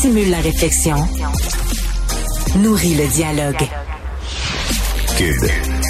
stimule la réflexion, nourrit le dialogue. Cube.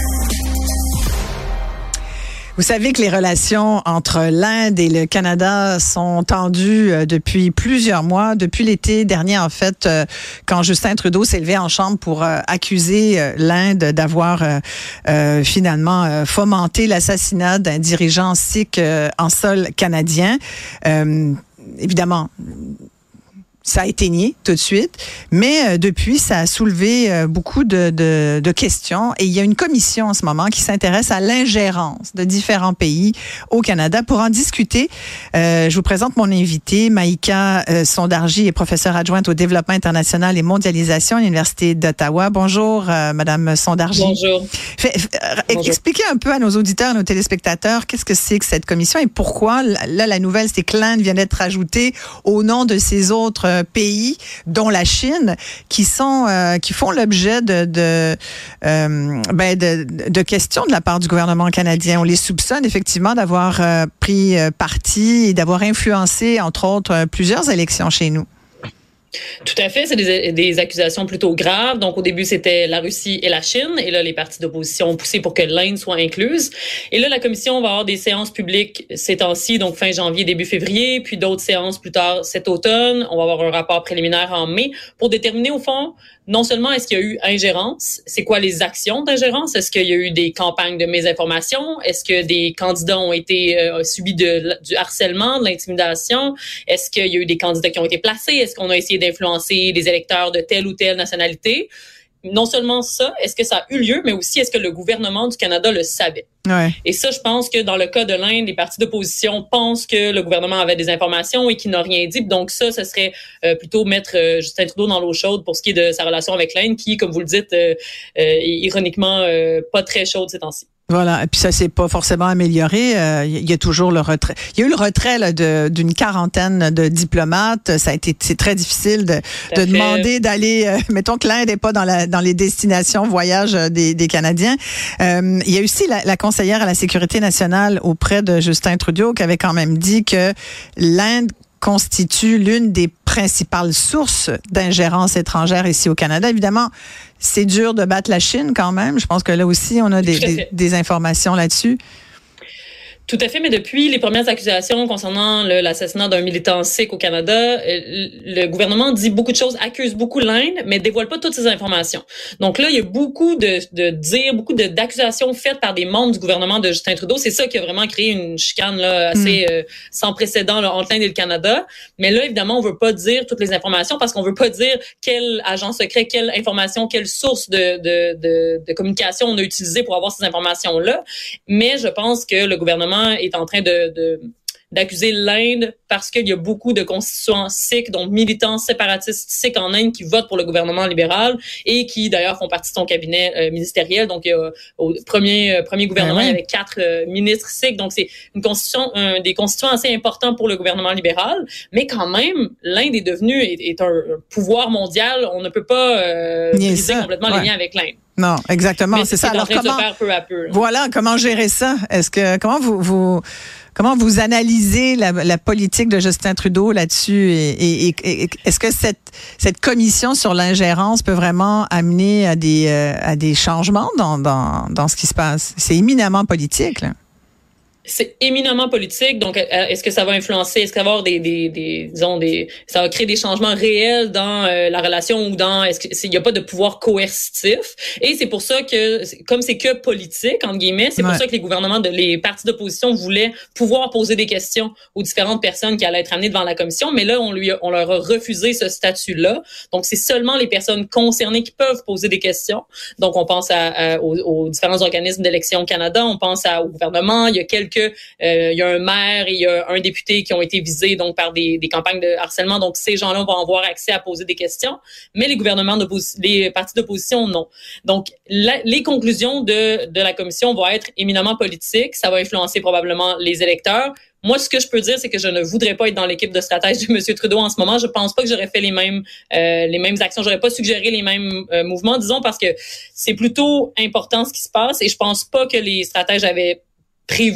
Vous savez que les relations entre l'Inde et le Canada sont tendues depuis plusieurs mois, depuis l'été dernier en fait, quand Justin Trudeau s'est levé en chambre pour accuser l'Inde d'avoir finalement fomenté l'assassinat d'un dirigeant sikh en sol canadien. Évidemment, ça a été nié tout de suite, mais depuis, ça a soulevé beaucoup de questions. Et il y a une commission en ce moment qui s'intéresse à l'ingérence de différents pays au Canada. Pour en discuter, je vous présente mon invité, Maïka Sondarji, est professeure adjointe au développement international et mondialisation à l'Université d'Ottawa. Bonjour, Madame Sondarji. Bonjour. Bonjour. Expliquez un peu à nos auditeurs, à nos téléspectateurs, qu'est-ce que c'est que cette commission et pourquoi, là, la nouvelle, c'est que l'Inde vient d'être ajoutée au nom de ces autres pays, dont la Chine, qui font l'objet de questions de la part du gouvernement canadien. On les soupçonne effectivement d'avoir pris parti et d'avoir influencé, entre autres, plusieurs élections chez nous. Tout à fait, c'est des accusations plutôt graves. Donc, au début, c'était la Russie et la Chine. Et là, les partis d'opposition ont poussé pour que l'Inde soit incluse. Et là, la commission va avoir des séances publiques ces temps-ci, donc fin janvier, début février, puis d'autres séances plus tard cet automne. On va avoir un rapport préliminaire en mai pour déterminer, au fond, non seulement est-ce qu'il y a eu ingérence, c'est quoi les actions d'ingérence? Est-ce qu'il y a eu des campagnes de mésinformation? Est-ce que des candidats ont été subis du harcèlement, de l'intimidation? Est-ce qu'il y a eu des candidats qui ont été placés? Est-ce qu'on a essayé d'influencer des électeurs de telle ou telle nationalité? Non seulement ça, est-ce que ça a eu lieu, mais aussi est-ce que le gouvernement du Canada le savait? Ouais. Et ça, je pense que dans le cas de l'Inde, les partis d'opposition pensent que le gouvernement avait des informations et qu'il n'a rien dit. Donc ça, ce serait plutôt mettre Justin Trudeau dans l'eau chaude pour ce qui est de sa relation avec l'Inde, qui, comme vous le dites, est ironiquement pas très chaude ces temps-ci. Voilà, et puis ça s'est pas forcément amélioré. Il y a toujours le retrait. Il y a eu le retrait là, d'une quarantaine de diplomates. C'est très difficile de demander d'aller. Mettons que l'Inde n'est pas dans les destinations voyage des Canadiens. Il y a aussi la conseillère à la sécurité nationale auprès de Justin Trudeau qui avait quand même dit que l'Inde constitue l'une des principales sources d'ingérence étrangère ici au Canada. Évidemment, c'est dur de battre la Chine quand même. Je pense que là aussi, on a des informations là-dessus. Tout à fait, mais depuis les premières accusations concernant l'assassinat d'un militant sikh au Canada, le gouvernement dit beaucoup de choses, accuse beaucoup l'Inde, mais dévoile pas toutes ces informations. Donc là, il y a beaucoup d'accusations faites par des membres du gouvernement de Justin Trudeau. C'est ça qui a vraiment créé une chicane là, assez sans précédent là, entre l'Inde et le Canada. Mais là, évidemment, on veut pas dire toutes les informations parce qu'on veut pas dire quel agent secret, quelle information, quelle source de communication on a utilisé pour avoir ces informations-là. Mais je pense que le gouvernement est en train d'accuser l'Inde parce qu'il y a beaucoup de constituants sikhs, donc militants séparatistes sikhs en Inde qui votent pour le gouvernement libéral et qui d'ailleurs font partie de son cabinet ministériel. Donc au premier gouvernement, il y avait 4 ministres sikhs. Donc c'est des constituants assez importants pour le gouvernement libéral. Mais quand même, l'Inde est devenue est un pouvoir mondial. On ne peut pas briser complètement les liens avec l'Inde. Non, exactement, mais c'est ça. Alors comment se faire peu à peu. Voilà, comment gérer ça? Comment vous analysez la politique de Justin Trudeau là-dessus et est-ce que cette commission sur l'ingérence peut vraiment amener à des changements dans ce qui se passe? C'est éminemment politique, là. C'est éminemment politique, donc est-ce que ça va influencer, est-ce qu'il va y avoir ça va créer des changements réels dans la relation ou il y a pas de pouvoir coercitif, et c'est pour ça que comme c'est que politique entre guillemets, c'est pour ça que les partis d'opposition voulaient pouvoir poser des questions aux différentes personnes qui allaient être amenées devant la commission, mais là on leur a refusé ce statut-là, donc c'est seulement les personnes concernées qui peuvent poser des questions. Donc on pense aux différents organismes d'élection au Canada, on pense au gouvernement, il y a un maire et il y a un député qui ont été visés donc par des campagnes de harcèlement. Donc ces gens-là vont avoir accès à poser des questions, mais les partis d'opposition non. Donc les conclusions de la commission vont être éminemment politiques. Ça va influencer probablement les électeurs. Moi, ce que je peux dire, c'est que je ne voudrais pas être dans l'équipe de stratège de M. Trudeau en ce moment. Je pense pas que j'aurais fait les mêmes actions. J'aurais pas suggéré les mêmes mouvements, disons, parce que c'est plutôt important ce qui se passe et je pense pas que les stratèges avaient prévu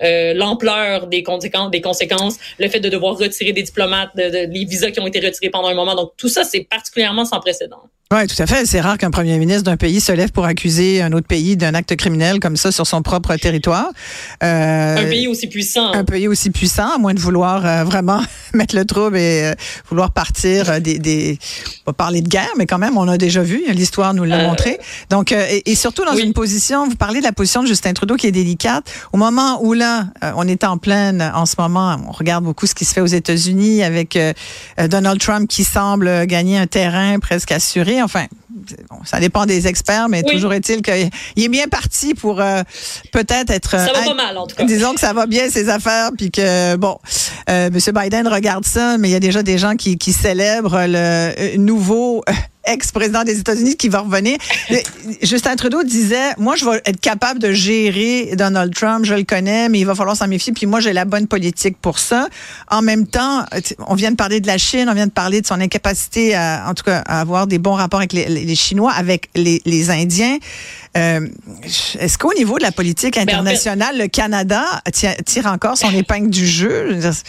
l'ampleur des conséquences, le fait de devoir retirer des diplomates, les visas qui ont été retirés pendant un moment. Donc tout ça, c'est particulièrement sans précédent. Oui, tout à fait. C'est rare qu'un premier ministre d'un pays se lève pour accuser un autre pays d'un acte criminel comme ça sur son propre territoire. Un pays aussi puissant. Un pays aussi puissant, à moins de vouloir vraiment mettre le trouble et vouloir partir on va parler de guerre, mais quand même, on a déjà vu, l'histoire nous l'a montré. Donc, et surtout dans une position, vous parlez de la position de Justin Trudeau qui est délicate. Au moment où là, on est en pleine, en ce moment, on regarde beaucoup ce qui se fait aux États-Unis avec Donald Trump qui semble gagner un terrain presque assuré. Enfin, bon, ça dépend des experts, mais toujours est-il qu'il est bien parti pour peut-être être... Ça va pas mal, en tout cas. Disons que ça va bien, ses affaires, puis que, bon, M. Biden regarde ça, mais il y a déjà des gens qui célèbrent le nouveau... ex-président des États-Unis qui va revenir. Justin Trudeau disait, moi, je vais être capable de gérer Donald Trump, je le connais, mais il va falloir s'en méfier, puis moi, j'ai la bonne politique pour ça. En même temps, on vient de parler de la Chine, on vient de parler de son incapacité, en tout cas, à avoir des bons rapports avec les Chinois, avec les Indiens. Est-ce qu'au niveau de la politique internationale, le Canada tire encore son épingle du jeu? Je veux dire,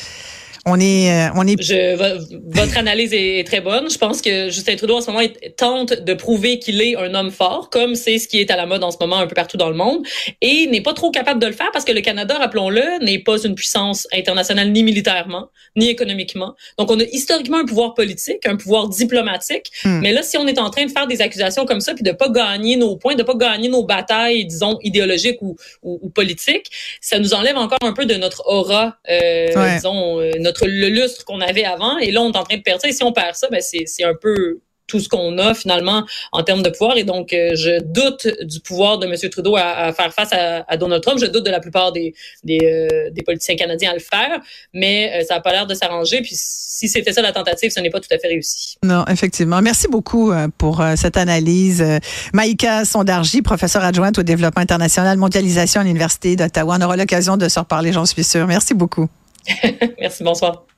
votre analyse est très bonne. Je pense que Justin Trudeau, en ce moment, tente de prouver qu'il est un homme fort, comme c'est ce qui est à la mode en ce moment un peu partout dans le monde, et n'est pas trop capable de le faire parce que le Canada, rappelons-le, n'est pas une puissance internationale ni militairement, ni économiquement. Donc, on a historiquement un pouvoir politique, un pouvoir diplomatique, mais là, si on est en train de faire des accusations comme ça, puis de pas gagner nos points, de pas gagner nos batailles, disons, idéologiques ou politiques, ça nous enlève encore un peu de notre aura, disons, le lustre qu'on avait avant, et là, on est en train de perdre ça. Et si on perd ça, ben c'est un peu tout ce qu'on a, finalement, en termes de pouvoir. Et donc, je doute du pouvoir de M. Trudeau à faire face à Donald Trump. Je doute de la plupart des politiciens canadiens à le faire, mais ça n'a pas l'air de s'arranger. Puis, si c'était ça la tentative, ce n'est pas tout à fait réussi. Non, effectivement. Merci beaucoup pour cette analyse. Maïka Sondarji, professeure adjointe au développement international, mondialisation à l'Université d'Ottawa. On aura l'occasion de se reparler, j'en suis sûre. Merci beaucoup. Merci, bonsoir.